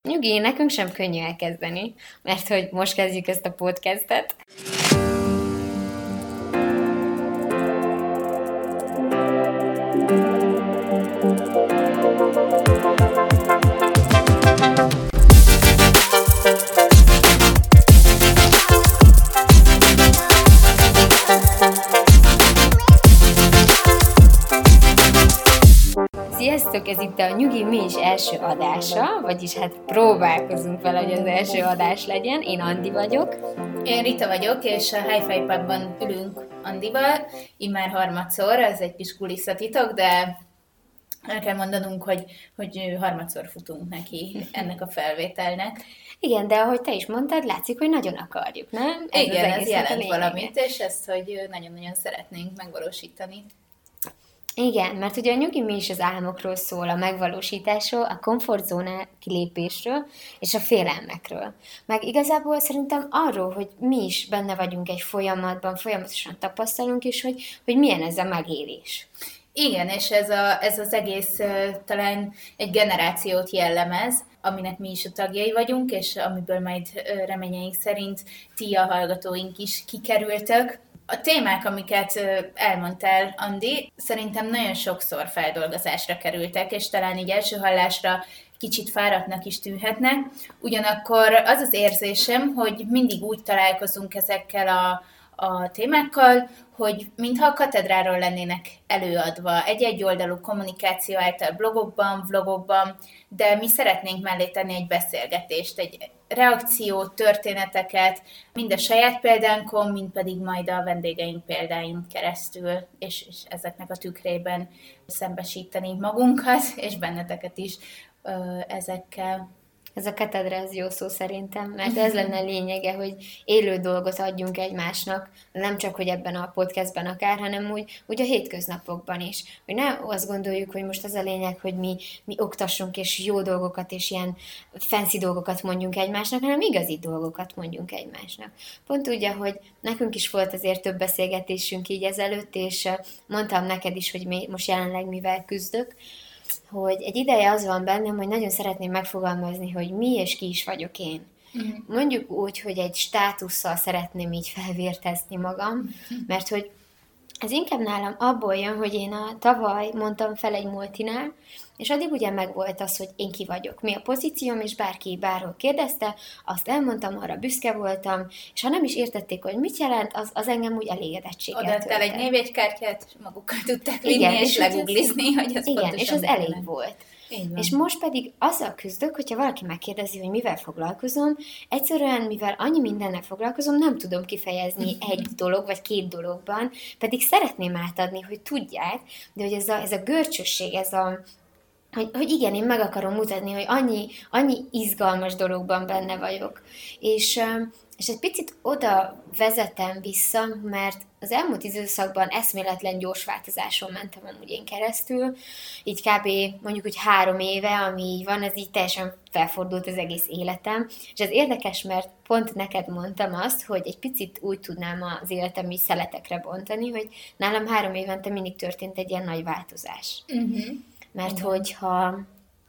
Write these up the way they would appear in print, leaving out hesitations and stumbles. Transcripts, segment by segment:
Nyugi, nekünk sem könnyű elkezdeni, mert hogy most kezdjük ezt a podcastet. Sziasztok, ez itt a Nyugi Mi is első adása, vagyis hát próbálkozunk vele, hogy az első adás legyen. Én Andi vagyok. Én Rita vagyok, és a Hi-Fi Pubban ülünk Andival, immár harmadszor, ez egy kis kulisszatitok, de el kell mondanunk, hogy harmadszor futunk neki ennek a felvételnek. Igen, de ahogy te is mondtad, látszik, hogy nagyon akarjuk, nem? Ez jelent valamit, és ezt, hogy nagyon-nagyon szeretnénk megvalósítani. Igen, mert ugye a Nyugi Mi is az álmokról szól, a megvalósításról, a komfortzóna kilépésről és a félelmekről. Meg igazából szerintem arról, hogy mi is benne vagyunk egy folyamatban, folyamatosan tapasztalunk is, hogy milyen ez a megélés. Igen, és ez az egész talán egy generációt jellemez, aminek mi is a tagjai vagyunk, és amiből majd reményeink szerint ti a hallgatóink is kikerültök. A témák, amiket elmondtál, Andi, szerintem nagyon sokszor feldolgozásra kerültek, és talán így első hallásra kicsit fáradtnak is tűnhetnek. Ugyanakkor az az érzésem, hogy mindig úgy találkozunk ezekkel a témákkal, hogy mintha a katedráról lennének előadva, egy-egy oldalú kommunikáció által blogokban, vlogokban, de mi szeretnénk mellé tenni egy beszélgetést, egy reakciót, történeteket, mind a saját példánkon, mind pedig majd a vendégeink példáin keresztül, és ezeknek a tükrében szembesíteni magunkat, és benneteket is ezekkel. Ez a katedra, ez jó szó szerintem, mert ez lenne a lényege, hogy élő dolgot adjunk egymásnak, nem csak, hogy ebben a podcastben akár, hanem úgy a hétköznapokban is. Hogy ne azt gondoljuk, hogy most az a lényeg, hogy mi oktassunk, és jó dolgokat, és ilyen fancy dolgokat mondjunk egymásnak, hanem igazi dolgokat mondjunk egymásnak. Pont úgy, hogy nekünk is volt azért több beszélgetésünk így ezelőtt, és mondtam neked is, hogy most jelenleg mivel küzdök, hogy egy ideje az van bennem, hogy nagyon szeretném megfogalmazni, hogy mi és ki is vagyok én. Mondjuk úgy, hogy egy státusszal szeretném így felvértezni magam, mert hogy ez inkább nálam abból jön, hogy én tavaly mondtam fel egy multinál, és addig ugye megvolt az, hogy én ki vagyok, mi a pozícióm, és bárki bárhol kérdezte, azt elmondtam, arra büszke voltam, és ha nem is értették, hogy mit jelent, az engem úgy elégedettséggel töltött. Odaadtál egy névjegykártyát, és magukkal tudták vinni, és leguglizni, hogy az igen, és az elég nem volt. És most pedig azzal küzdök, hogyha valaki megkérdezi, hogy mivel foglalkozom, egyszerűen, mivel annyi mindennel foglalkozom, nem tudom kifejezni egy dolog, vagy két dologban, pedig szeretném átadni, hogy tudják, de hogy ez a görcsösség, hogy igen, én meg akarom mutatni, hogy annyi izgalmas dologban benne vagyok. És egy picit oda vezetem vissza, mert az elmúlt időszakban eszméletlen gyors változáson mentem amúgy én keresztül, így kb. Mondjuk, hogy 3 éve, ami így van, ez így teljesen felfordult az egész életem, és ez érdekes, mert pont neked mondtam azt, hogy egy picit úgy tudnám az életem így szeletekre bontani, hogy nálam 3 évente mindig történt egy ilyen nagy változás. Mert hogyha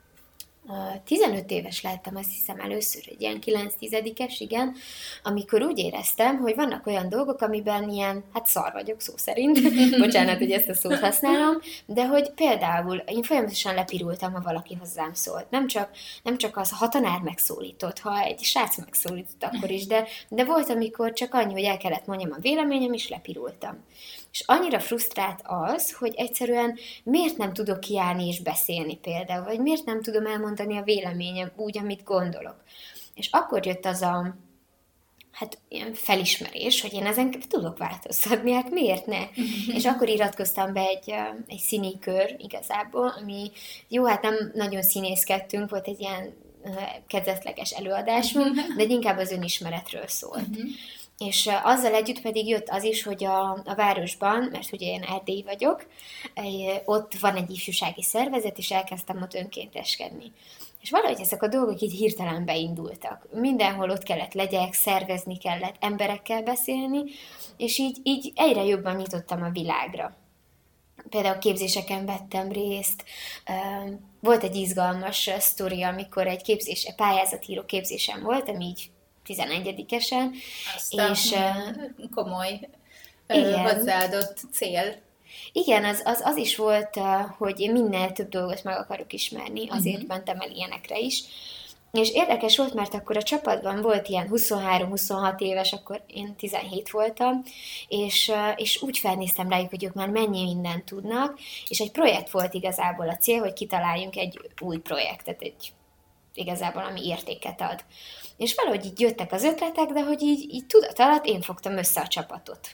15 éves lettem, azt hiszem először, egy ilyen 9-10-es, igen, amikor úgy éreztem, hogy vannak olyan dolgok, amiben ilyen, hát szar vagyok szó szerint, bocsánat, hogy ezt a szót használom, de hogy például én folyamatosan lepirultam, ha valaki hozzám szólt. Nem csak az, ha tanár megszólított, ha egy srác megszólított akkor is, de volt, amikor csak annyi, hogy el kellett mondjam a véleményem, és lepirultam. És annyira frusztrált az, hogy egyszerűen miért nem tudok kiállni és beszélni például, vagy miért nem tudom elmondani a véleményem úgy, amit gondolok. És akkor jött az ilyen felismerés, hogy én ezen tudok változtatni, hát miért ne? És akkor iratkoztam be egy színikör igazából, ami jó, hát nem nagyon színészkedtünk, volt egy ilyen kezdetleges előadásunk, de inkább az önismeretről szólt. És azzal együtt pedig jött az is, hogy a városban, mert ugye én erdélyi vagyok, ott van egy ifjúsági szervezet, és elkezdtem ott önkénteskedni. És valahogy ezek a dolgok így hirtelen beindultak. Mindenhol ott kellett legyek, szervezni kellett, emberekkel beszélni, és így egyre jobban nyitottam a világra. például képzéseken vettem részt. Volt egy izgalmas sztori, amikor egy pályázatíró képzésem voltam, így 11-esen. És komoly, hozzáadott cél. Igen, az is volt, hogy én minél több dolgot meg akarok ismerni, azért mentem el ilyenekre is. És érdekes volt, mert akkor a csapatban volt ilyen 23-26 éves, akkor én 17 voltam, és úgy felnéztem rájuk, hogy ők már mennyi mindent tudnak, és egy projekt volt igazából a cél, hogy kitaláljunk egy új projektet, igazából ami értéket ad. És valahogy így jöttek az ötletek, de hogy így tudat alatt én fogtam össze a csapatot.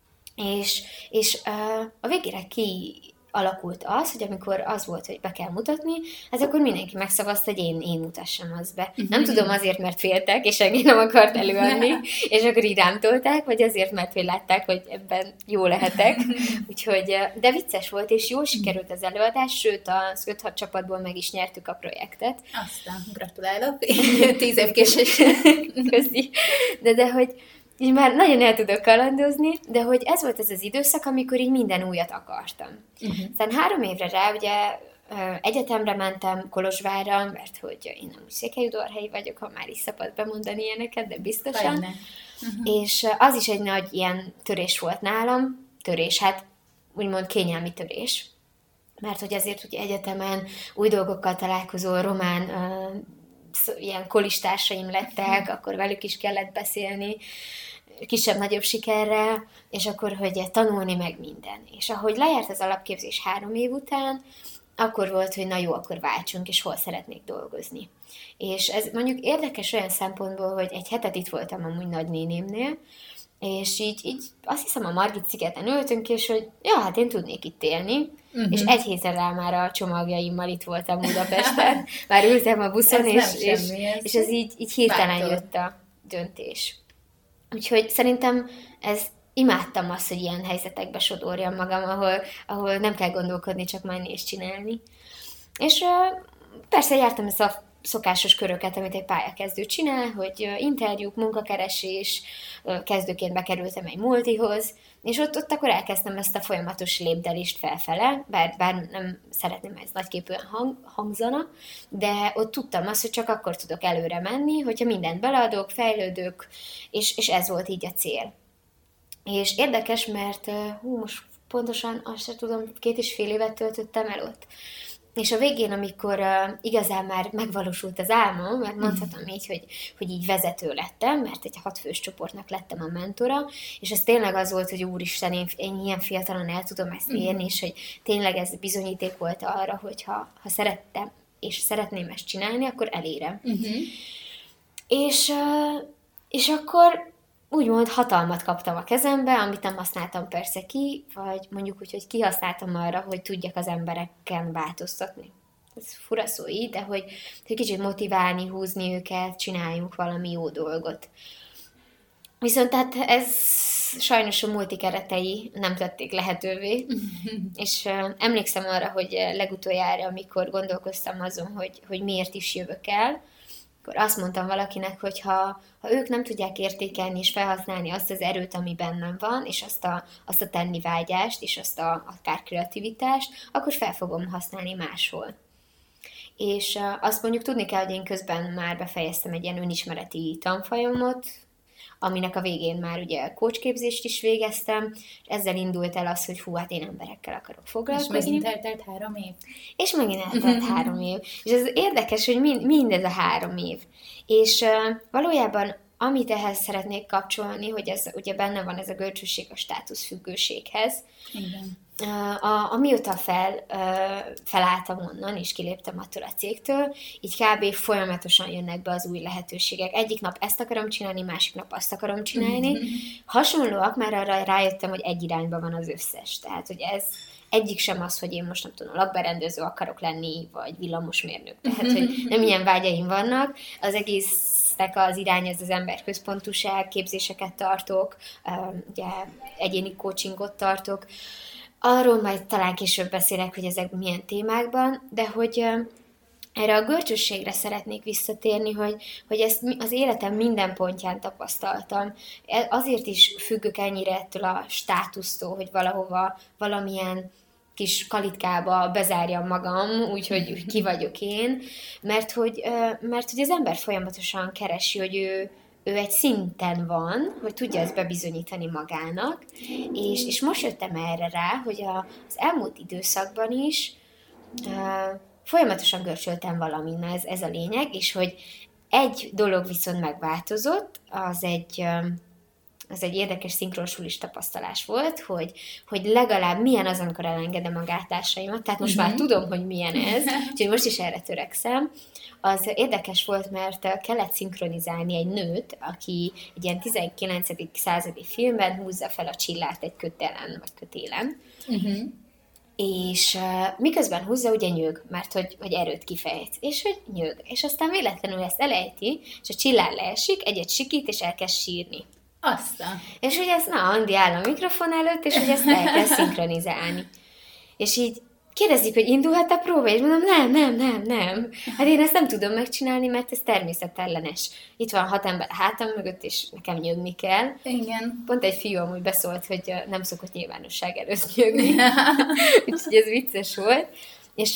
És a végére alakult az, hogy amikor az volt, hogy be kell mutatni, ez akkor mindenki megszavazta, hogy én mutassam azt be. Nem tudom azért, mert féltek, és senki nem akart előadni, és akkor így rám tolták, vagy azért, mert hogy látták, hogy ebben jó lehetek. Úgyhogy, de vicces volt, és jól sikerült az előadás, sőt az 5-6 csapatból meg is nyertük a projektet. Aztán gratulálok, 10 év késés. Köszi. De hogy így már nagyon el tudok kalandozni, de hogy ez volt az időszak, amikor így minden újat akartam. Aztán 3 évre rá, ugye egyetemre mentem Kolozsvárra, mert hogy én nem úgy székelyudvarhelyi vagyok, ha már is szabad bemondani ilyeneket, de biztosan. És az is egy nagy ilyen törés volt nálam, hát úgymond kényelmi törés. Mert hogy azért ugye egyetemen új dolgokkal találkozó román ilyen kolistársaim lettek, akkor velük is kellett beszélni, kisebb-nagyobb sikerrel, és akkor, hogy tanulni meg minden. És ahogy lejárt az alapképzés 3 év után, akkor volt, hogy na jó, akkor váltsunk, és hol szeretnék dolgozni. És ez mondjuk érdekes olyan szempontból, hogy egy hetet itt voltam amúgy nagynénémnél, és így azt hiszem a Margit szigeten ültünk, és hogy ja, hát én tudnék itt élni, és egy héten rá már a csomagjaimmal itt voltam Budapesten, már ültem a buszon, és ez így hirtelen jött a döntés. Úgyhogy szerintem imádtam azt, hogy ilyen helyzetekbe sodorjam magam, ahol nem kell gondolkodni, csak menni és csinálni. És persze jártam ezt a szokásos köröket, amit egy pályakezdő csinál, hogy interjúk, munkakeresés, kezdőként bekerültem egy multihoz, és ott akkor elkezdtem ezt a folyamatos lépdelést felfele, bár nem szeretném, ez nagyképűen hangzana, de ott tudtam azt, hogy csak akkor tudok előre menni, hogyha mindent beleadok, fejlődök, és ez volt így a cél. És érdekes, mert most pontosan azt sem tudom, 2,5 évet töltöttem el ott. És a végén, amikor igazán már megvalósult az álmom, mert mondhatom így, hogy így vezető lettem, mert egy 6 fős csoportnak lettem a mentora, és ez tényleg az volt, hogy úristen, én ilyen fiatalon el tudom ezt érni, és hogy tényleg ez bizonyíték volt arra, hogy ha szerettem, és szeretném ezt csinálni, akkor elérem. És akkor úgymond hatalmat kaptam a kezembe, amit nem használtam persze ki, vagy mondjuk úgy, hogy kihasználtam arra, hogy tudjak az embereken változtatni. Ez fura szó így, de hogy kicsit motiválni, húzni őket, csináljunk valami jó dolgot. Viszont tehát ez sajnos a multi keretei nem tették lehetővé, és emlékszem arra, hogy legutoljára, amikor gondolkoztam azon, hogy miért is jövök el, akkor azt mondtam valakinek, hogy ha ők nem tudják értékelni és felhasználni azt az erőt, ami bennem van, és azt a tennivágyást, és azt akár kreativitást, akkor fel fogom használni máshol. És azt mondjuk tudni kell, hogy én közben már befejeztem egy ilyen önismereti tanfolyamot, aminek a végén már ugye coachképzést is végeztem, és ezzel indult el az, hogy hú, hát én emberekkel akarok foglalkozni. És megint eltelt 3 év. És megint eltelt 3 év. És ez érdekes, hogy mindez a 3 év. És valójában amit ehhez szeretnék kapcsolni, hogy ez ugye benne van ez a görcsösség a státuszfüggőséghez. Igen. Amióta felálltam onnan, és kiléptem attól a cégtől, így kb. Folyamatosan jönnek be az új lehetőségek. Egyik nap ezt akarom csinálni, másik nap azt akarom csinálni. Hasonlóak, már arra rájöttem, hogy egy irányba van az összes. Tehát, hogy ez egyik sem az, hogy én most nem tudom, lakberendező akarok lenni, vagy villamosmérnök. Tehát, hogy nem ilyen vágyaim vannak. Az egésznek az irány, ez az emberközpontúság, képzéseket tartok, ugye egyéni coachingot tartok. Arról majd talán később beszélek, hogy ezek milyen témákban, de hogy erre a görcsösségre szeretnék visszatérni, hogy ezt az életem minden pontján tapasztaltam. Azért is függök ennyire ettől a státusztól, hogy valahova valamilyen kis kalitkába bezárjam magam, úgyhogy ki vagyok én, mert hogy az ember folyamatosan keresi, hogy ő egy szinten van, hogy tudja ezt bebizonyítani magának, és most jöttem erre rá, hogy az elmúlt időszakban is folyamatosan görcsöltem valamin, ez a lényeg, és hogy egy dolog viszont megváltozott, az egy érdekes szinkronsulis tapasztalás volt, hogy legalább milyen az, amikor elengedem a gátlásaimat, tehát most már tudom, hogy milyen ez, úgyhogy most is erre törekszem. Az érdekes volt, mert kellett szinkronizálni egy nőt, aki egy ilyen 19. századi filmben húzza fel a csillát egy kötelen, vagy kötélen, és miközben húzza, ugye nyög, mert hogy erőt kifejez, és hogy nyög. És aztán véletlenül ezt elejti, és a csillár leesik, egyet sikít, és elkezd sírni. Aztán. És hogy ezt, Andi áll a mikrofon előtt, és hogy ezt el kell szinkronizálni. És így kérdezik, hogy indulhat a próba, és mondom, nem. Hát én ezt nem tudom megcsinálni, mert ez természetellenes. Itt van 6 ember hátam mögött, és nekem nyögni kell. Igen. Pont egy fiú amúgy beszólt, hogy nem szokott nyilvánosság előtt nyögni. Úgyhogy ez vicces volt. És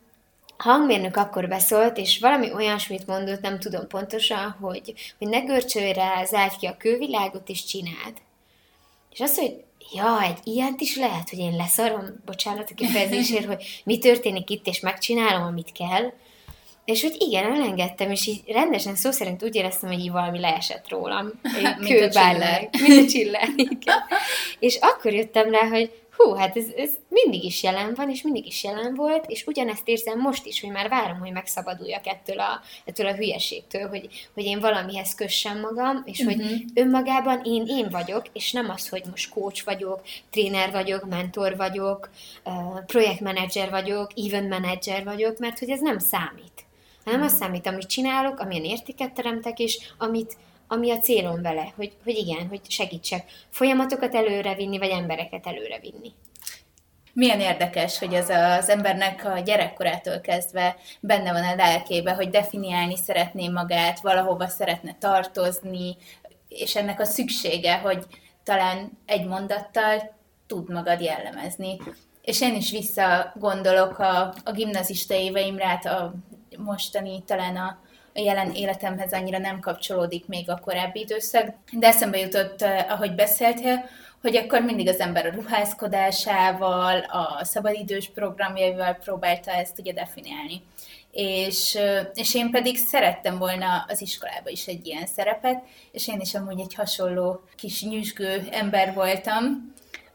a hangmérnök akkor beszólt, és valami olyasmit mondott, nem tudom pontosan, hogy ne görcsölj rá, zárd ki a külvilágot, és csináld. És azt, hogy egy ilyent is lehet, hogy én leszarom, bocsánat a kifejezésért, hogy mi történik itt, és megcsinálom, amit kell. És hogy igen, elengedtem, és így rendesen szó szerint úgy éreztem, hogy így valami leesett rólam. Mint a csillár. Mint a csillár, igen. És akkor jöttem rá, hogy hát ez mindig is jelen van, és mindig is jelen volt, és ugyanezt érzem most is, hogy már várom, hogy megszabaduljak ettől a hülyeségtől, hogy én valamihez kössem magam, és hogy önmagában én vagyok, és nem az, hogy most coach vagyok, tréner vagyok, mentor vagyok, projektmenedzser vagyok, event manager vagyok, mert hogy ez nem számít. Hanem az számít, amit csinálok, amilyen értéket teremtek, és ami a célom vele, hogy igen, hogy segítsek folyamatokat előrevinni, vagy embereket előrevinni. Milyen érdekes, hogy ez az embernek a gyerekkorától kezdve benne van a lelkébe, hogy definiálni szeretné magát, valahova szeretne tartozni, és ennek a szüksége, hogy talán egy mondattal tud magad jellemezni. És én is visszagondolok a gimnazista éveimre, hát a mostani talán a jelen életemhez annyira nem kapcsolódik még a korábbi időszak, de eszembe jutott, ahogy beszéltél, hogy akkor mindig az ember a ruházkodásával, a szabadidős programjaival próbálta ezt ugye definiálni. És én pedig szerettem volna az iskolába is egy ilyen szerepet, és én is amúgy egy hasonló kis nyüzsgő ember voltam,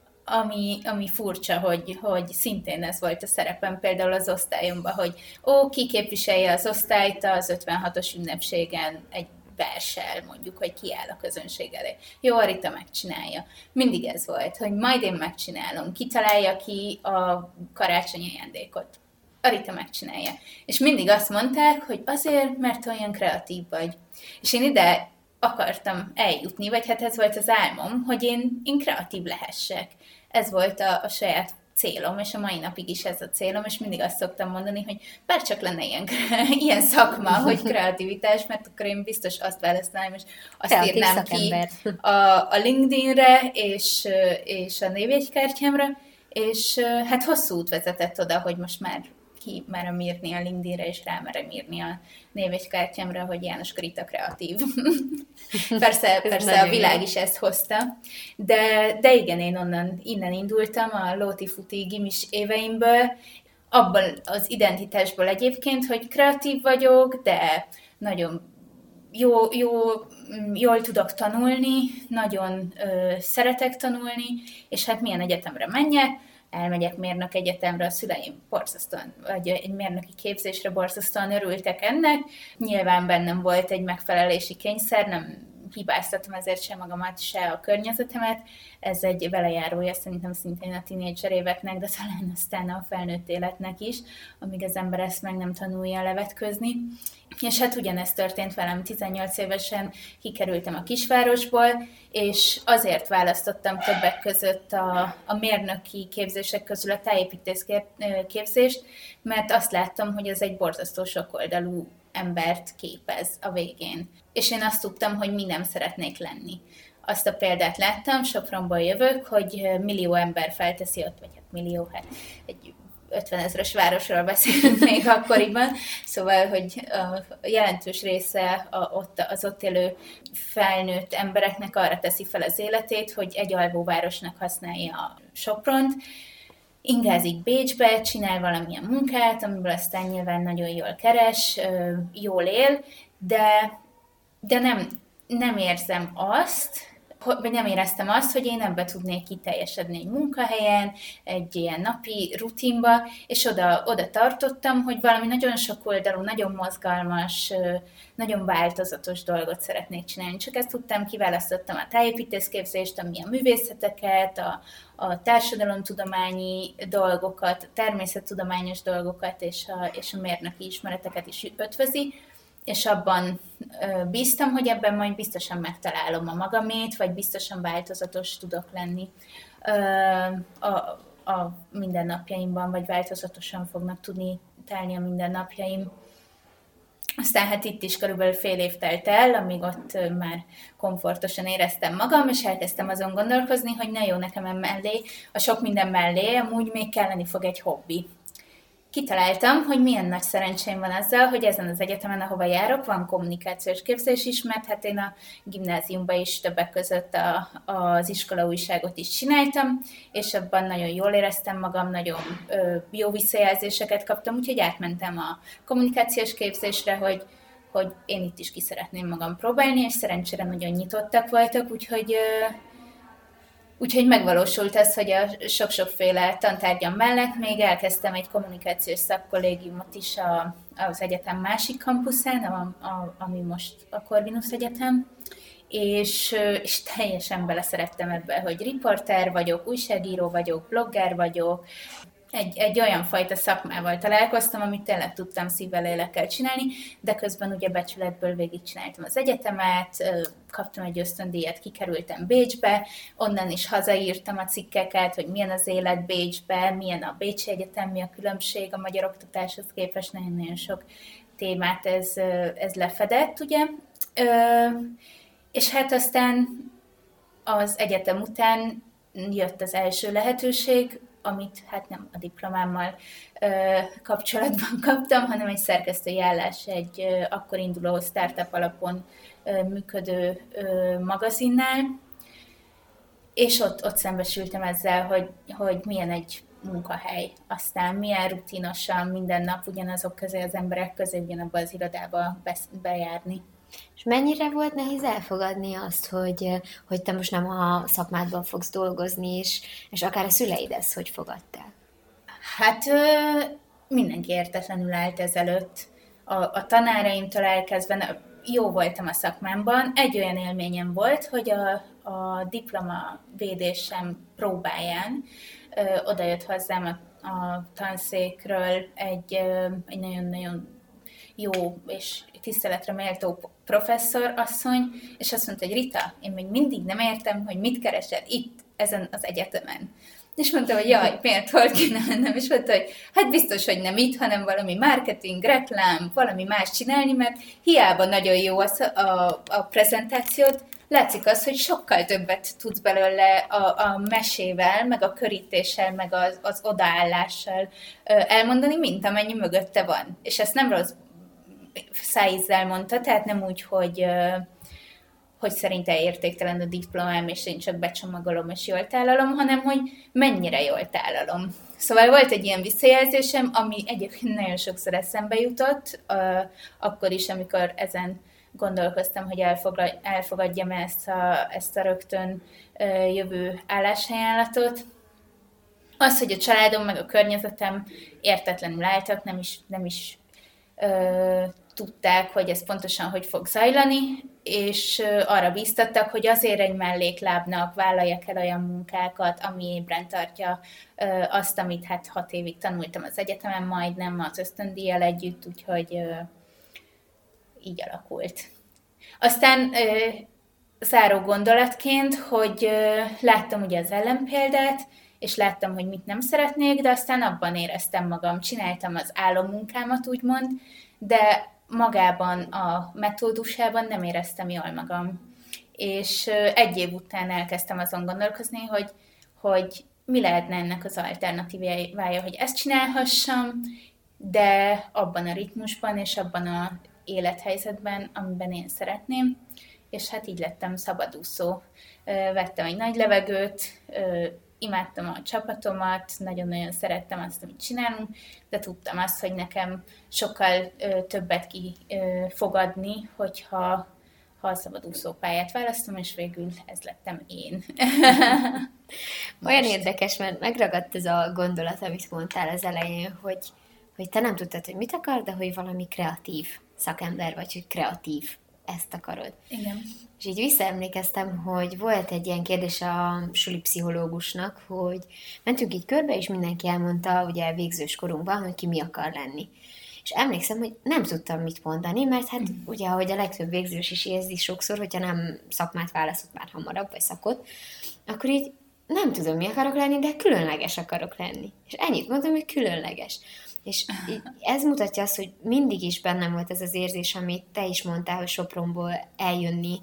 ami furcsa, hogy szintén ez volt a szerepem például az osztályomban, hogy ki képviselje az osztályt az 56-os ünnepségen egy verssel, mondjuk, hogy kiáll a közönség elé. Jó, Arita megcsinálja. Mindig ez volt, hogy majd én megcsinálom. Kitalálja ki a karácsonyi ajándékot. Arita megcsinálja. És mindig azt mondták, hogy azért, mert olyan kreatív vagy. És én ide akartam eljutni, vagy hát ez volt az álmom, hogy én kreatív lehessek. Ez volt a saját célom, és a mai napig is ez a célom, és mindig azt szoktam mondani, hogy bárcsak lenne ilyen szakma, hogy kreativitás, mert akkor én biztos azt választanám, és azt írnám ki a LinkedInre, és a névjegykártyámra, és hát hosszú út vezetett oda, hogy most már ki merem írni a LinkedInre, és rámerem írni a névjegykártyámra, hogy János Karita kreatív. Persze a világ is ezt hozta, de igen, én innen indultam a Lóti-Futi gimis éveimből, abban az identitásból egyébként, hogy kreatív vagyok, de nagyon jól tudok tanulni, nagyon szeretek tanulni, és hát milyen egyetemre menjek, elmegyek mérnök egyetemre, a szüleim borzasztóan, vagy egy mérnöki képzésre borzasztóan örültek ennek. Nyilván bennem volt egy megfelelési kényszer, nem hibáztatom ezért sem magamat, se a környezetemet. Ez egy velejárója szerintem szintén a tínédzser éveknek, de talán aztán a felnőtt életnek is, amíg az ember ezt meg nem tanulja levetközni. És hát ugyanezt történt velem, 18 évesen kikerültem a kisvárosból, és azért választottam többek között a mérnöki képzések közül a tájépítész képzést, mert azt láttam, hogy ez egy borzasztó sokoldalú embert képez a végén. És én azt tudtam, hogy mi nem szeretnék lenni. Azt a példát láttam, Sopronból jövök, hogy millió ember felteszi ott, vagy hát millió, hát egy 50 000-es városról beszélünk még akkoriban, szóval, hogy a jelentős része az ott élő felnőtt embereknek arra teszi fel az életét, hogy egy alvóvárosnak használja a Sopront, ingázik Bécsbe, csinál valamilyen munkát, amiből aztán nyilván nagyon jól keres, jól él, de nem érzem azt, vagy nem éreztem azt, hogy én ebbe tudnék kiteljesedni egy munkahelyen, egy ilyen napi rutinba, és oda tartottam, hogy valami nagyon sokoldalú, nagyon mozgalmas, nagyon változatos dolgot szeretnék csinálni. Csak ezt tudtam, kiválasztottam a tájépítészképzést, ami a művészeteket, a társadalomtudományi dolgokat, a természettudományos dolgokat és a mérnöki ismereteket is ötvözi, és abban bíztam, hogy ebben majd biztosan megtalálom a magamét, vagy biztosan változatos tudok lenni a mindennapjaimban, vagy változatosan fognak tudni telni a mindennapjaim. Aztán hát itt is körülbelül fél év telt el, amíg ott már komfortosan éreztem magam, és elkezdtem azon gondolkozni, hogy na jó, nekem mellé, a sok minden mellé, amúgy még kelleni fog egy hobbi. Kitaláltam, hogy milyen nagy szerencsém van azzal, hogy ezen az egyetemen, ahova járok, van kommunikációs képzés is, mert hát én a gimnáziumban is többek között az iskolaújságot is csináltam, és abban nagyon jól éreztem magam, nagyon jó visszajelzéseket kaptam, úgyhogy átmentem a kommunikációs képzésre, hogy én itt is ki szeretném magam próbálni, és szerencsére nagyon nyitottak voltak, úgyhogy megvalósult ez, hogy a sok-sokféle tantárgyam mellett még elkezdtem egy kommunikációs szakkollégiumot is az egyetem másik kampuszán, ami most a Corvinus Egyetem, és teljesen beleszerettem ebbe, hogy riporter vagyok, újságíró vagyok, blogger vagyok, egy olyan fajta szakmával találkoztam, amit tényleg tudtam szívvel, lélekkel csinálni, de közben ugye becsületből végigcsináltam az egyetemet, kaptam egy ösztöndíjat, kikerültem Bécsbe, onnan is hazaírtam a cikkeket, hogy milyen az élet Bécsbe, milyen a Bécsi Egyetem, mi a különbség a magyar oktatáshoz képest, nagyon sok témát ez lefedett, ugye. És hát aztán az egyetem után jött az első lehetőség, amit hát nem a diplomámmal kapcsolatban kaptam, hanem egy szerkesztői állás egy akkor induló startup alapon működő magazinnál, és ott szembesültem ezzel, hogy milyen egy munkahely, aztán milyen rutinosan minden nap ugyanazok közé, az emberek közé ugyanabba az irodába bejárni. És mennyire volt nehéz elfogadni azt, hogy te most nem a szakmádban fogsz dolgozni, és akár a szüleid ezt hogy fogadták? Hát mindenki értetlenül állt ezelőtt. A tanáraimtól elkezdve jó voltam a szakmámban. Egy olyan élményem volt, hogy a diploma védésem próbáján odajött hozzám a tanszékről egy nagyon-nagyon jó és tiszteletre méltó professzor asszony, és azt mondta, hogy Rita, én még mindig nem értem, hogy mit keresed itt, ezen az egyetemen. És mondta, hogy jaj, miért, hol kéne lennem? És mondta, hogy hát biztos, hogy nem itt, hanem valami marketing, reklám, valami más csinálni, mert hiába nagyon jó a prezentációt, látszik az, hogy sokkal többet tudsz belőle a mesével, meg a körítéssel, meg az odaállással elmondani, mint amennyi mögötte van. És ezt nem rossz szájízzel mondta, tehát nem úgy, hogy szerinte értéktelen a diplomám, és én csak becsomagolom és jól tálalom, hanem hogy mennyire jól tálalom. Szóval volt egy ilyen visszajelzésem, ami egyébként nagyon sokszor eszembe jutott, akkor is, amikor ezen gondolkoztam, hogy elfogadjam ezt a rögtön jövő állásajánlatot. Az, hogy a családom meg a környezetem értetlenül álltak, nem is tudták, hogy ez pontosan hogy fog zajlani, és arra bíztattak, hogy azért egy melléklábnak vállaljak el olyan munkákat, ami ébren tartja azt, amit hát 6 évig tanultam az egyetemen, majdnem az ösztöndíjjal együtt, úgyhogy így alakult. Aztán záró gondolatként, hogy láttam ugye az ellenpéldát, és láttam, hogy mit nem szeretnék, de aztán abban éreztem magam, csináltam az álommunkámat úgymond, de magában a metódusában nem éreztem jól magam. És 1 év után elkezdtem azon gondolkozni, hogy mi lehetne ennek az alternatívája, hogy ezt csinálhassam, de abban a ritmusban és abban az élethelyzetben, amiben én szeretném, és hát így lettem szabadúszó. Vettem egy nagy levegőt, imádtam a csapatomat, nagyon-nagyon szerettem azt, amit csinálunk, de tudtam azt, hogy nekem sokkal többet ki fog adni, hogyha a szabadúszó pályát választom, és végül ez lettem én. Olyan érdekes, mert megragadt ez a gondolat, amit mondtál az elején, hogy te nem tudtad, hogy mit akar, de hogy valami kreatív szakember vagy, hogy kreatív, ezt akarod. Igen. És így visszaemlékeztem, hogy volt egy ilyen kérdés a suli pszichológusnak, hogy mentünk így körbe, és mindenki elmondta, ugye végzős korunkban, hogy ki mi akar lenni. És emlékszem, hogy nem tudtam mit mondani, mert hát ugye, ahogy a legtöbb végzős is érzi sokszor, hogyha nem szakmát választott már hamarabb, vagy szakot, akkor így nem tudom, mi akarok lenni, de különleges akarok lenni. És ennyit mondtam, hogy különleges. És ez mutatja azt, hogy mindig is bennem volt ez az érzés, amit te is mondtál, hogy Sopronból eljönni,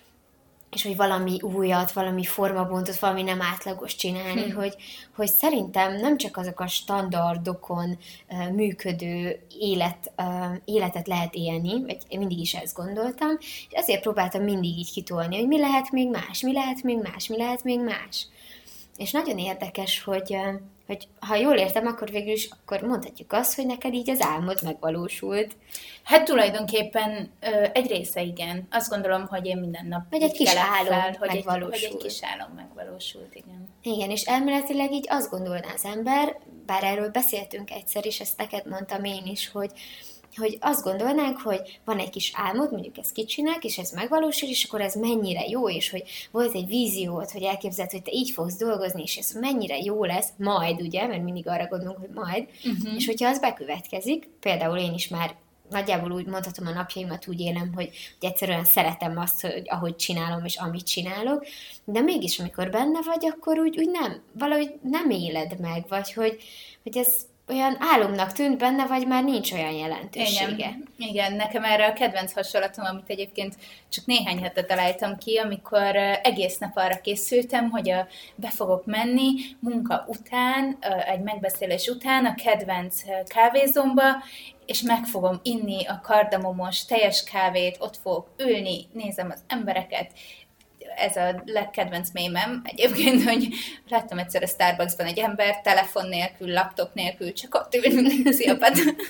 és hogy valami újat, valami formabontot, valami nem átlagos csinálni, hogy szerintem nem csak azok a standardokon működő életet lehet élni, vagy én mindig is ezt gondoltam, és ezért próbáltam mindig így kitolni, hogy mi lehet még más, mi lehet még más, mi lehet még más. És nagyon érdekes, hogy ha jól értem, akkor végül is akkor mondhatjuk azt, hogy neked így az álmod megvalósult. Hát tulajdonképpen egy része igen. Azt gondolom, hogy én minden nap vagy egy kis álom megvalósult. Hogy egy kis álom megvalósult, igen. Igen, és elméletileg így azt gondolná az ember, bár erről beszéltünk egyszer, és ezt neked mondtam én is, hogy azt gondolnánk, hogy van egy kis álmod, mondjuk ezt kicsinek, és ez megvalósul, és akkor ez mennyire jó, és hogy volt egy víziót, hogy elképzeld, hogy te így fogsz dolgozni, és ez mennyire jó lesz, majd, ugye, mert mindig arra gondolunk, hogy majd, és hogyha az bekövetkezik, például én is már nagyjából úgy mondhatom, a napjaimat úgy élem, hogy egyszerűen szeretem azt, hogy ahogy csinálom, és amit csinálok, de mégis, amikor benne vagy, akkor úgy nem, valahogy nem éled meg, vagy hogy ez olyan álomnak tűnt benne, vagy már nincs olyan jelentősége. Igen, nekem erre a kedvenc hasonlatom, amit egyébként csak néhány hete találtam ki, amikor egész nap arra készültem, hogy be fogok menni munka után, egy megbeszélés után a kedvenc kávézomba, és meg fogom inni a kardamomos teljes kávét, ott fogok ülni, nézem az embereket. Ez a legkedvenc mémem egyébként, hogy láttam egyszer a Starbucksban egy ember, telefon nélkül, laptop nélkül, csak ott ülünk, nézi a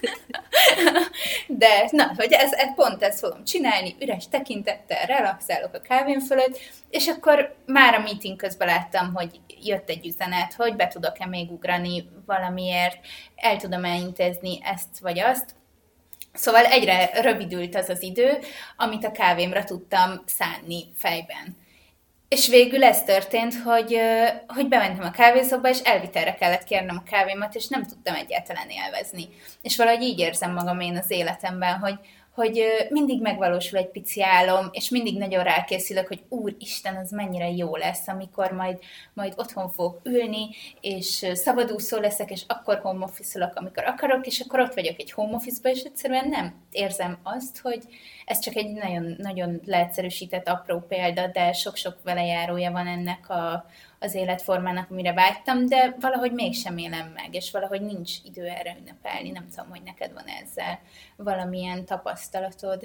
De na, hogy pont ezt fogom csinálni, üres tekintettel, relaxálok a kávém fölött, és akkor már a meeting közben láttam, hogy jött egy üzenet, hogy be tudok-e még ugrani valamiért, el tudom elintézni ezt vagy azt. Szóval egyre rövidült az idő, amit a kávémra tudtam szánni fejben. És végül ez történt, hogy bementem a kávézóba, és elvitelre kellett kérnem a kávémat, és nem tudtam egyáltalán élvezni. És valahogy így érzem magam én az életemben, hogy mindig megvalósul egy pici álom, és mindig nagyon rákészülök, hogy úristen, az mennyire jó lesz, amikor majd otthon fogok ülni, és szabadúszó leszek, és akkor home office-olok, amikor akarok, és akkor ott vagyok egy home office-ba, és egyszerűen nem érzem azt, hogy ez csak egy nagyon, nagyon leegyszerűsített apró példa, de sok-sok velejárója van ennek az életformának, amire vágytam, de valahogy mégsem élem meg, és valahogy nincs idő erre ünnepelni. Nem tudom, hogy neked van ezzel valamilyen tapasztalatod.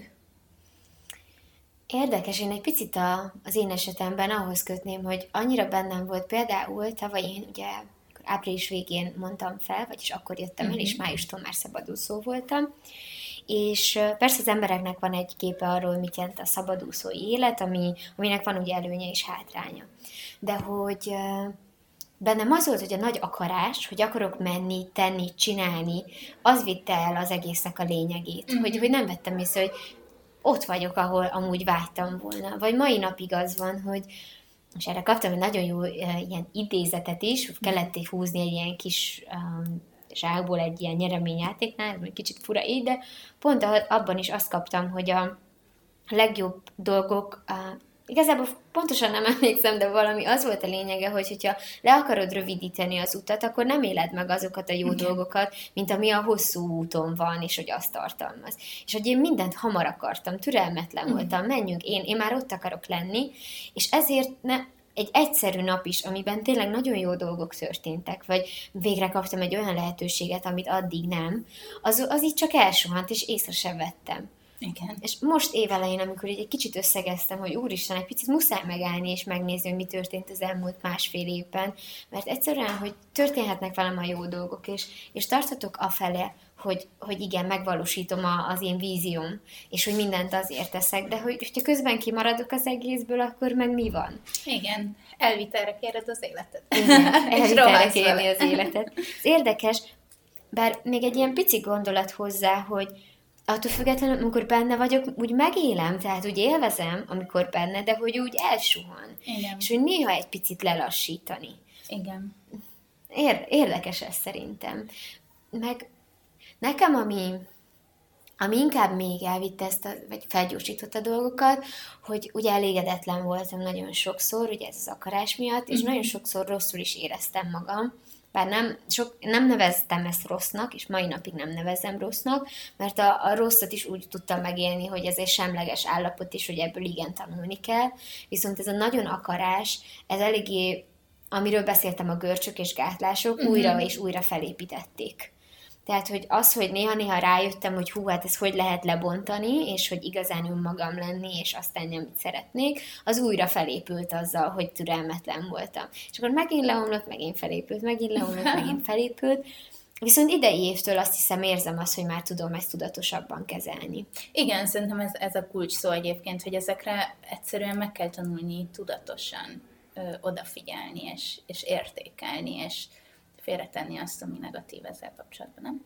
Érdekes, én egy picit az én esetemben ahhoz kötném, hogy annyira bennem volt például tavaly én ugye április végén mondtam fel, vagyis akkor jöttem el, és májustól már szabadúszó voltam, és persze az embereknek van egy képe arról, mit jelent a szabadúszói élet, aminek van ugye előnye és hátránya. De hogy bennem az volt, hogy a nagy akarás, hogy akarok menni, tenni, csinálni, az vitte el az egésznek a lényegét. Hogy nem vettem észre, hogy ott vagyok, ahol amúgy vágytam volna. Vagy mai napig az van, hogy és erre kaptam egy nagyon jó ilyen idézetet is, kellett húzni egy ilyen kis zsákból egy ilyen nyereményjátéknál, ez egy kicsit fura így, de pont abban is azt kaptam, hogy a legjobb dolgok, igazából pontosan nem emlékszem, de valami az volt a lényege, hogy hogyha le akarod rövidíteni az utat, akkor nem éled meg azokat a jó dolgokat, mint ami a hosszú úton van, és hogy azt tartalmaz. És hogy én mindent hamar akartam, türelmetlen voltam, menjünk, én már ott akarok lenni, és ezért egy egyszerű nap is, amiben tényleg nagyon jó dolgok történtek, vagy végre kaptam egy olyan lehetőséget, amit addig nem, az így csak elsuhant, és észre sem vettem. Igen. És most évelején, amikor egy kicsit összegeztem, hogy úristen, egy picit muszáj megállni és megnézni, hogy mi történt az elmúlt másfél évben, mert egyszerűen, hogy történhetnek velem a jó dolgok, és tarthatok afele, hogy igen, megvalósítom az én vízióm, és hogy mindent azért teszek, de hogyha közben kimaradok az egészből, akkor meg mi van? Igen, elvitelre kéred az életet. Igen, elvitelre kérni az életet. Ez érdekes, bár még egy ilyen pici gondolat hozzá, hogy attól függetlenül, amikor benne vagyok, úgy megélem, tehát úgy élvezem, amikor benne, de hogy úgy elsuhan. Igen. És hogy néha egy picit lelassítani. Igen. Érdekes ez szerintem. Meg nekem, ami inkább még elvitte vagy felgyorsította a dolgokat, hogy ugye elégedetlen voltam nagyon sokszor, ugye ez az akarás miatt, és nagyon sokszor rosszul is éreztem magam, bár nem neveztem ezt rossznak, és mai napig nem nevezem rossznak, mert a rosszat is úgy tudtam megélni, hogy ez egy semleges állapot is, hogy ebből igen tanulni kell, viszont ez a nagyon akarás, ez eléggé, amiről beszéltem, a görcsök és gátlások, újra és újra felépítették. Tehát, hogy néha-néha rájöttem, hogy hú, hát ezt hogy lehet lebontani, és hogy igazán önmagam lenni, és azt tenni, amit szeretnék, az újra felépült azzal, hogy türelmetlen voltam. És akkor megint leomlott, megint felépült, megint leomlott, megint felépült. Viszont idei évtől azt hiszem, érzem azt, hogy már tudom ezt tudatosabban kezelni. Igen, szerintem ez a kulcs szó egyébként, hogy ezekre egyszerűen meg kell tanulni tudatosan odafigyelni, és értékelni, és félretenni azt, ami negatív ezzel kapcsolatban, nem?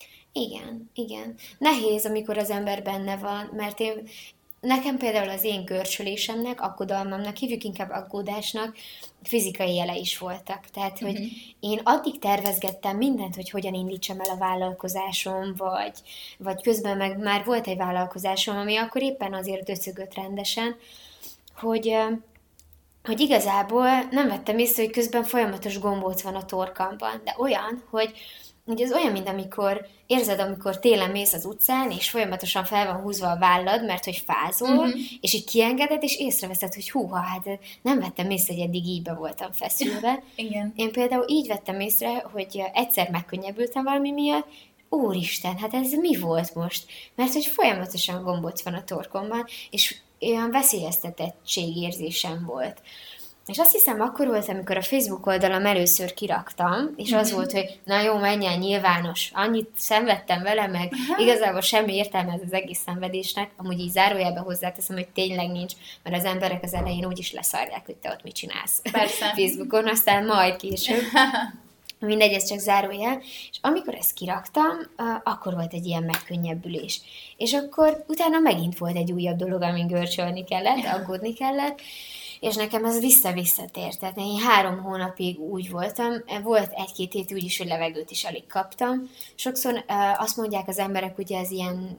Igen. Nehéz, amikor az ember benne van, mert nekem például az én görcsölésemnek, aggodalmamnak, hívjuk inkább aggódásnak, fizikai jele is voltak. Tehát, hogy én addig tervezgettem mindent, hogy hogyan indítsam el a vállalkozásom, vagy közben meg már volt egy vállalkozásom, ami akkor éppen azért döcögött rendesen, hogy igazából nem vettem észre, hogy közben folyamatos gombóc van a torkamban, de olyan, hogy ez olyan, mint amikor télen mész az utcán, és folyamatosan fel van húzva a vállad, mert hogy fázol, és így kiengeded, és észreveszed, hogy húha, hát nem vettem észre, hogy eddig így be voltam feszülve. Igen. Én például így vettem észre, hogy egyszer megkönnyebbültem valami miatt, úristen, hát ez mi volt most? Mert hogy folyamatosan gombóc van a torkomban, és olyan veszélyeztetettségérzésem volt. És azt hiszem, akkor volt, amikor a Facebook oldalam először kiraktam, és az volt, hogy na jó, menjen, nyilvános, annyit szenvedtem vele, meg igazából semmi értelme ez az egész szenvedésnek, amúgy így zárójelben hozzáteszem, hogy tényleg nincs, mert az emberek az elején úgyis leszarják, hogy te ott mit csinálsz Facebookon, aztán majd később. Mindegy, ez csak zárójel. És amikor ezt kiraktam, akkor volt egy ilyen megkönnyebbülés. És akkor utána megint volt egy újabb dolog, amin görcsölni kellett, aggódni kellett, és nekem ez vissza-visszatért. Tehát én 3 hónapig úgy voltam, volt 1-2 hét úgy is, hogy levegőt is alig kaptam. Sokszor azt mondják az emberek, ugye ez ilyen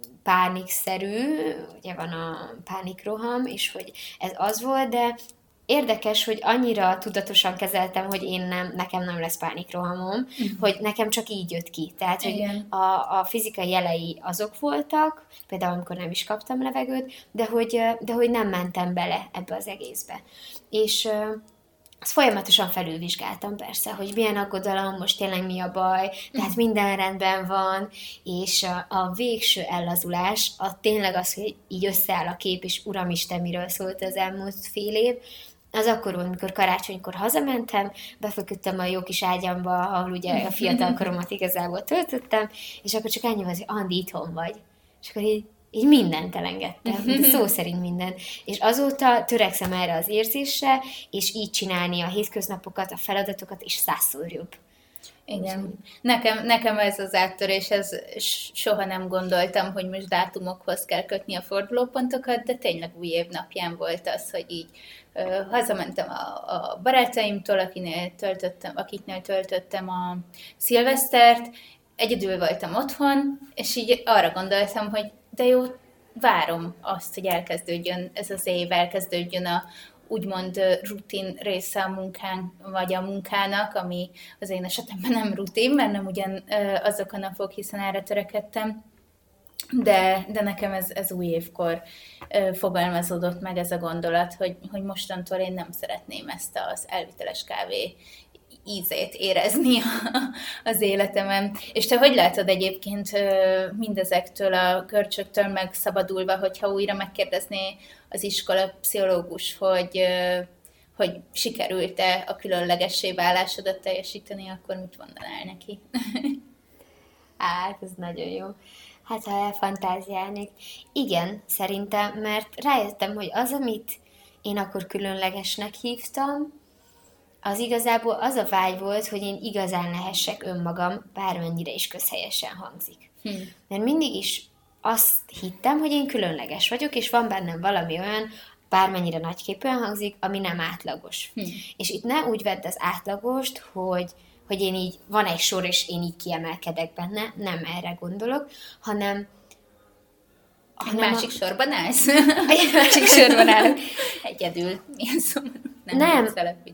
pánikszerű, ugye van a pánikroham, és hogy ez az volt, de érdekes, hogy annyira tudatosan kezeltem, hogy nekem nem lesz pánikrohamom, hogy nekem csak így jött ki. Tehát, hogy a fizikai jelei azok voltak, például amikor nem is kaptam levegőt, de hogy nem mentem bele ebbe az egészbe. És azt folyamatosan felülvizsgáltam persze, hogy milyen aggodalom, most tényleg mi a baj, tehát minden rendben van, és a végső ellazulás, tényleg az, hogy így összeáll a kép, és Uramisten, miről szólt az elmúlt fél év, az akkor volt, amikor karácsonykor hazamentem, befeküdtem a jó kis ágyamba, ahol ugye a fiatalkoromat igazából töltöttem, és akkor csak ennyi volt, hogy Andi, itthon vagy. És akkor így mindent elengedtem, de szó szerint minden. És azóta törekszem erre az érzésre, és így csinálni a hétköznapokat, a feladatokat, és 100-szor jobb. Igen. Nekem ez az áttörés, soha nem gondoltam, hogy most dátumokhoz kell kötni a fordulópontokat, de tényleg új év napján volt az, hogy így hazamentem a barátaimtól, akiknél töltöttem a szilvesztert, egyedül voltam otthon, és így arra gondoltam, hogy de jó, várom azt, hogy elkezdődjön ez az év, elkezdődjön a úgymond rutin része a munkán, vagy a munkának, ami az én esetemben nem rutin, mert nem ugyan azok a napok, hiszen erre törekedtem. de nekem ez új évkor fogalmazódott meg ez a gondolat, hogy mostantól én nem szeretném ezt az elviteles kávé ízét érezni az életemen. És te hogy látod egyébként mindezektől a görcsöktől megszabadulva, hogyha újra megkérdezné az iskola pszichológus, hogy sikerült-e a különlegessé válásodat teljesíteni, akkor mit mondanál neki? Hát, ez nagyon jó. Hát, ha elfantáziálnék. Igen, szerintem, mert rájöttem, hogy az, amit én akkor különlegesnek hívtam, az igazából az a vágy volt, hogy én igazán lehessek önmagam, bármennyire is közhelyesen hangzik. Mert mindig is azt hittem, hogy én különleges vagyok, és van bennem valami olyan, bármennyire nagyképűen hangzik, ami nem átlagos. És itt ne úgy vedd az átlagost, hogy én így, van egy sor, és én így kiemelkedek benne, nem erre gondolok, hanem egy másik sorban állsz? Egy másik sorban állok. Egyedül. Milyen szomorú. Nem.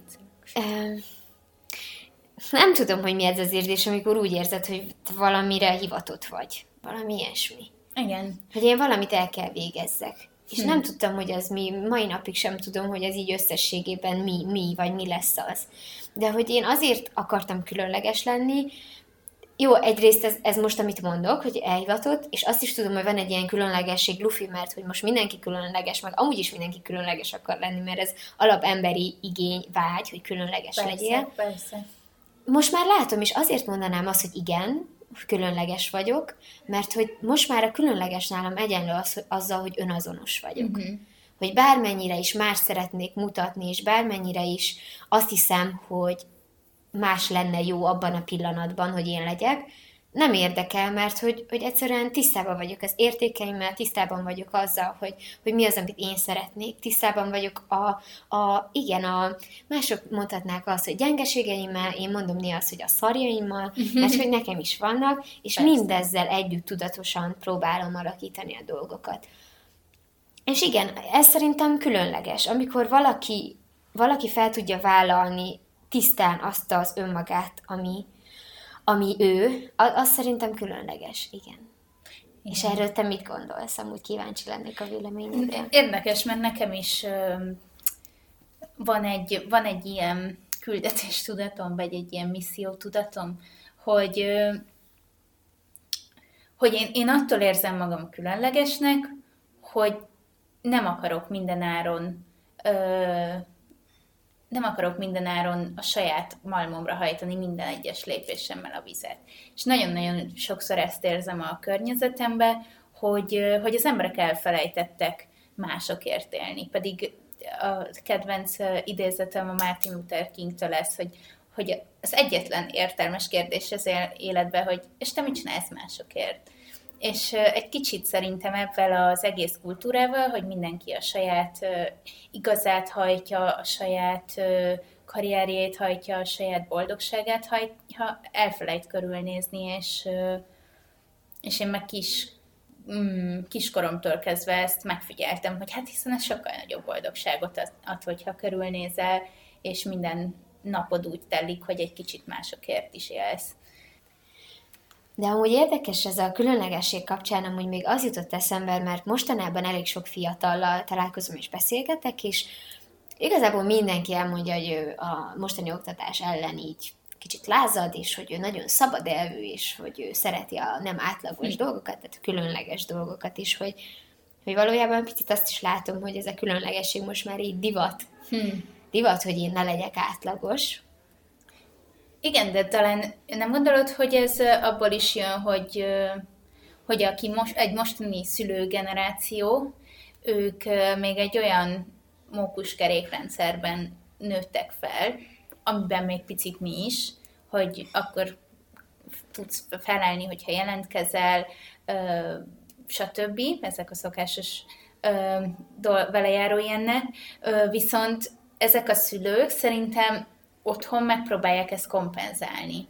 Nem tudom, hogy mi ez az érzés, amikor úgy érzed, hogy valamire hivatott vagy. Valami ilyesmi. Igen. Hogy én valamit el kell végezzek. És nem tudtam, hogy az mi, mai napig sem tudom, hogy ez így összességében mi, vagy mi lesz az. De hogy én azért akartam különleges lenni, jó, egyrészt ez most, amit mondok, hogy elhivatott, és azt is tudom, hogy van egy ilyen különlegesség lufi, mert hogy most mindenki különleges, meg amúgy is mindenki különleges akar lenni, mert ez alapemberi igény, vágy, hogy különleges legyél. Persze. Most már látom, és azért mondanám azt, hogy igen, különleges vagyok, mert hogy most már a különleges nálam egyenlő azzal, hogy önazonos vagyok. Hogy bármennyire is más szeretnék mutatni, és bármennyire is azt hiszem, hogy más lenne jó abban a pillanatban, hogy én legyek, nem érdekel, mert hogy egyszerűen tisztában vagyok az értékeimmel, tisztában vagyok azzal, hogy mi az, amit én szeretnék, tisztában vagyok mások mondhatnák azt, hogy gyengeségeimmel, én mondom néha azt, hogy a szarjaimmal, mert hogy nekem is vannak, és persze, mindezzel együtt tudatosan próbálom alakítani a dolgokat. És igen, ez szerintem különleges, amikor valaki fel tudja vállalni tisztán azt az önmagát, ami ő, az szerintem különleges, igen. És erről te mit gondolsz? Amúgy kíváncsi lennék a véleményedre. Érdekes, mert nekem is van egy ilyen küldetéstudatom, vagy egy ilyen missziótudatom, hogy én attól érzem magam különlegesnek, hogy nem akarok mindenáron a saját malmomra hajtani minden egyes lépésemmel a vizet. És nagyon-nagyon sokszor ezt érzem a környezetemben, hogy az emberek elfelejtettek másokért élni. Pedig a kedvenc idézetem a Martin Luther Kingtől lesz, hogy az egyetlen értelmes kérdés az életben, hogy és te mit csinálsz másokért? És egy kicsit szerintem ebben az egész kultúrával, hogy mindenki a saját igazát hajtja, a saját karrierjét hajtja, a saját boldogságát hajtja, elfelejt körülnézni, és én meg kiskoromtól kezdve ezt megfigyeltem, hogy hát hiszen ez sokkal nagyobb boldogságot ad, hogyha körülnézel, és minden napod úgy telik, hogy egy kicsit másokért is élsz. De amúgy érdekes ez a különlegesség kapcsán, amúgy még az jutott eszembe, mert mostanában elég sok fiatallal találkozom és beszélgetek, és igazából mindenki elmondja, hogy ő a mostani oktatás ellen így kicsit lázad, és hogy ő nagyon szabad elvű, és hogy ő szereti a nem átlagos dolgokat, tehát a különleges dolgokat is, hogy valójában picit azt is látom, hogy ez a különlegesség most már így divat. Divat, hogy én ne legyek átlagos. Igen, de talán nem gondolod, hogy ez abból is jön, hogy egy mostani szülőgeneráció, ők még egy olyan mókuskerékrendszerben nőttek fel, amiben még picit mi is, hogy akkor tudsz felállni, hogyha jelentkezel, stb. Ezek a szokásos velejáró ilyennek. Viszont ezek a szülők szerintem otthon megpróbálják ezt kompenzálni.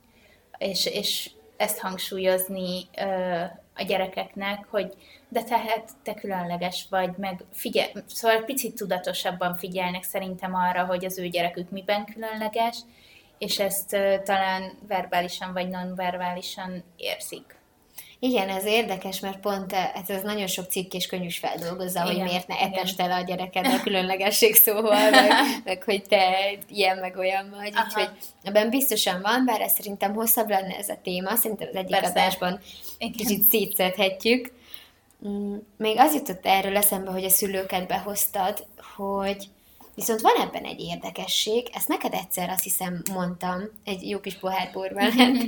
És ezt hangsúlyozni a gyerekeknek, hogy de te különleges vagy, meg szóval picit tudatosabban figyelnek szerintem arra, hogy az ő gyerekük miben különleges, és ezt talán verbálisan vagy non-verbálisan érzik. Igen, ez érdekes, mert pont ez nagyon sok cikk és könyv is feldolgozza, Igen, hogy miért ne igen. etesd el a gyereked a különlegesség szóval, meg hogy te ilyen meg olyan vagy, Aha. úgyhogy ebben biztosan van, bár ez szerintem hosszabb lenne ez a téma, szerintem az egyik Persze. adásban Igen. kicsit szétszedhetjük. Még az jutott erről eszembe, hogy a szülőket behoztad, hogy viszont van ebben egy érdekesség, ezt neked egyszer azt hiszem mondtam, egy jó kis pohár bor mellett,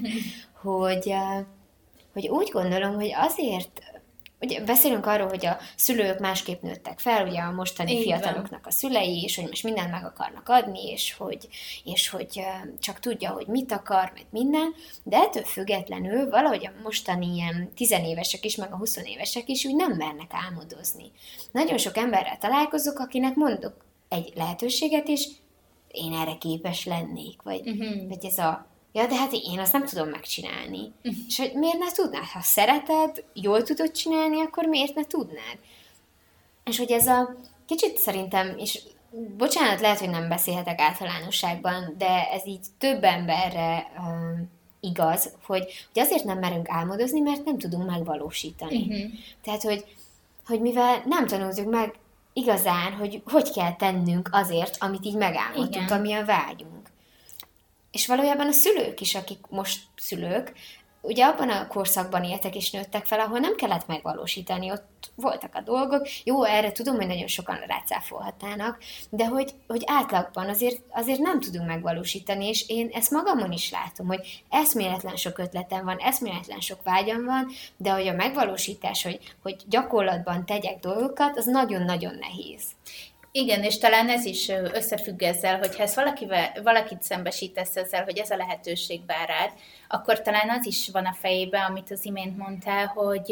hogy úgy gondolom, hogy azért, ugye beszélünk arról, hogy a szülők másképp nőttek fel, ugye a mostani Így fiataloknak a szülei, és hogy most mindent meg akarnak adni, és hogy csak tudja, hogy mit akar, meg minden, de ettől függetlenül valahogy a mostani ilyen 10 évesek is, meg a 20 évesek is úgy nem mernek álmodozni. Nagyon sok emberrel találkozok, akinek mondok egy lehetőséget, és én erre képes lennék, vagy ez a ja, de hát én azt nem tudom megcsinálni. És hogy miért ne tudnád? Ha szereted, jól tudod csinálni, akkor miért ne tudnád? És hogy ez a kicsit szerintem, és bocsánat, lehet, hogy nem beszélhetek általánosságban, de ez így több emberre igaz, hogy azért nem merünk álmodozni, mert nem tudunk megvalósítani. Tehát, hogy mivel nem tanultuk meg igazán, hogy kell tennünk azért, amit így megálmodtunk, ami a vágyunk. És valójában a szülők is, akik most szülők, ugye abban a korszakban éltek és nőttek fel, ahol nem kellett megvalósítani, ott voltak a dolgok. Jó, erre tudom, hogy nagyon sokan rácáfolhatnának, de hogy átlagban azért nem tudunk megvalósítani, és én ezt magamon is látom, hogy eszméletlen sok ötletem van, eszméletlen sok vágyam van, de hogy a megvalósítás, hogy gyakorlatban tegyek dolgokat, az nagyon-nagyon nehéz. Igen, és talán ez is összefügg ezzel, hogy ha ezt valakit szembesítesz ezzel, hogy ez a lehetőség vár rád, akkor talán az is van a fejében, amit az imént mondtál,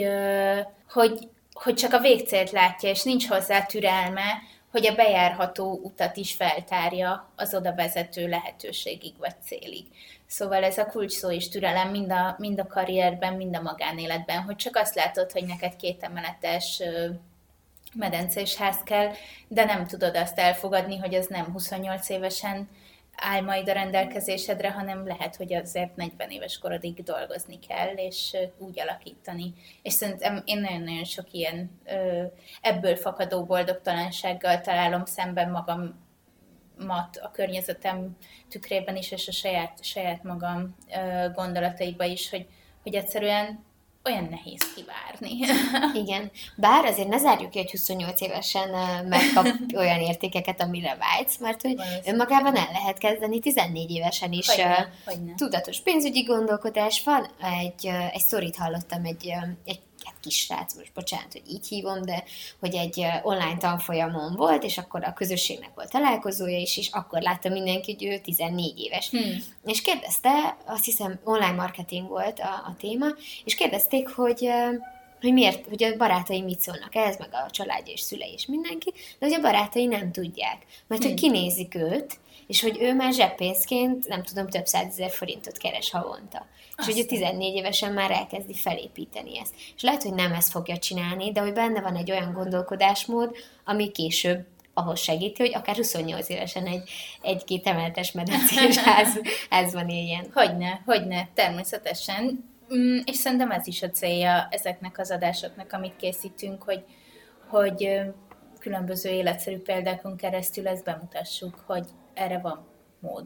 hogy csak a végcélt látja, és nincs hozzá türelme, hogy a bejárható utat is feltárja az oda vezető lehetőségig vagy célig. Szóval ez a kulcs szó is türelem mind a karrierben, mind a magánéletben, hogy csak azt látod, hogy neked 2 emeletes medencés ház kell, de nem tudod azt elfogadni, hogy ez nem 28 évesen áll majd a rendelkezésedre, hanem lehet, hogy azért 40 éves korodig dolgozni kell, és úgy alakítani. És szerintem én nagyon-nagyon sok ilyen ebből fakadó boldogtalansággal találom szemben magamat a környezetem tükrében is, és a saját magam gondolataiba is, hogy egyszerűen olyan nehéz kivárni. Igen. Bár azért ne zárjuk ki, hogy 28 évesen megkap olyan értékeket, amire vágysz, mert hogy önmagában el lehet kezdeni 14 évesen is. Hogyne. Tudatos pénzügyi gondolkodás van. Egy sztorit hallottam, egy kisrác, most bocsánat, hogy így hívom, de hogy egy online tanfolyamon volt, és akkor a közösségnek volt találkozója is, és akkor látta mindenki, hogy ő 14 éves. És kérdezte, azt hiszem online marketing volt a téma, és kérdezték, hogy miért, hogy a barátai mit szólnak ehhez, meg a családja és szülei és mindenki, de hogy a barátai nem tudják, mert hogy kinézik őt, és hogy ő már zseppénzként, nem tudom, több 100 000 forintot keres havonta. És hogy ő 14 évesen már elkezdi felépíteni ezt. És lehet, hogy nem ezt fogja csinálni, de hogy benne van egy olyan gondolkodásmód, ami később ahhoz segíti, hogy akár 28 évesen egy-két emeletes medencés házban éljen. Hogyne, természetesen. És szerintem ez is a célja ezeknek az adásoknak, amit készítünk, hogy különböző életszerű példákon keresztül ezt bemutassuk, hogy erre van mód.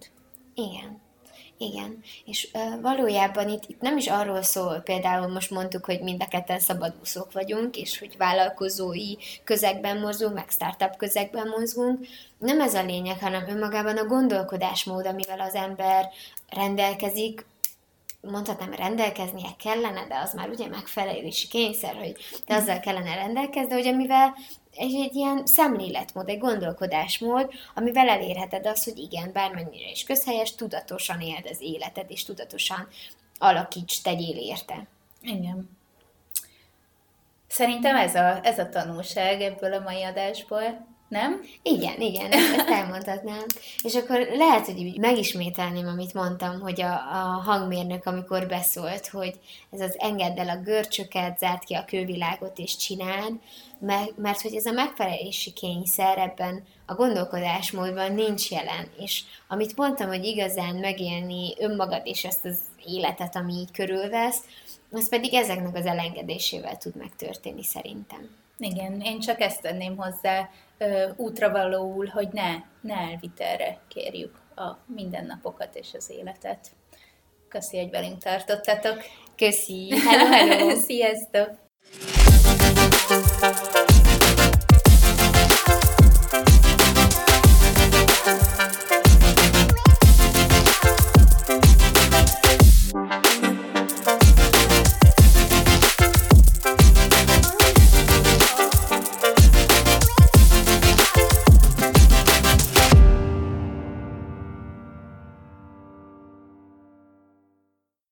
Igen. És valójában itt nem is arról szól, például most mondtuk, hogy mind a ketten szabadúszók vagyunk, és hogy vállalkozói közegben mozgunk, meg startup közegben mozgunk. Nem ez a lényeg, hanem önmagában a gondolkodásmód, amivel az ember rendelkezik, mondhatnám, rendelkeznie kellene, de az már ugye megfelelési kényszer, hogy te azzal kellene rendelkezni, de hogy amivel egy ilyen szemléletmód, egy gondolkodásmód, amivel elérheted azt, hogy igen, bármennyire is közhelyes, tudatosan éld az életed, és tudatosan alakíts, tegyél érte. Igen. Szerintem ez a tanulság ebből a mai adásból. Nem? Igen, ezt elmondhatnám. És akkor lehet, hogy így megismételném, amit mondtam, hogy a hangmérnök, amikor beszólt, hogy ez az engedd el a görcsöket, zárd ki a külvilágot és csináld, mert hogy ez a megfelelési kényszer ebben a gondolkodásmódban nincs jelen. És amit mondtam, hogy igazán megélni önmagad és ezt az életet, ami így körülvesz, az pedig ezeknek az elengedésével tud megtörténni szerintem. Igen, én csak ezt tenném hozzá útravalóul, hogy ne elvitelre kérjük a mindennapokat és az életet. Köszi, hogy velünk tartottatok. Köszi! Hello! Sziasztok!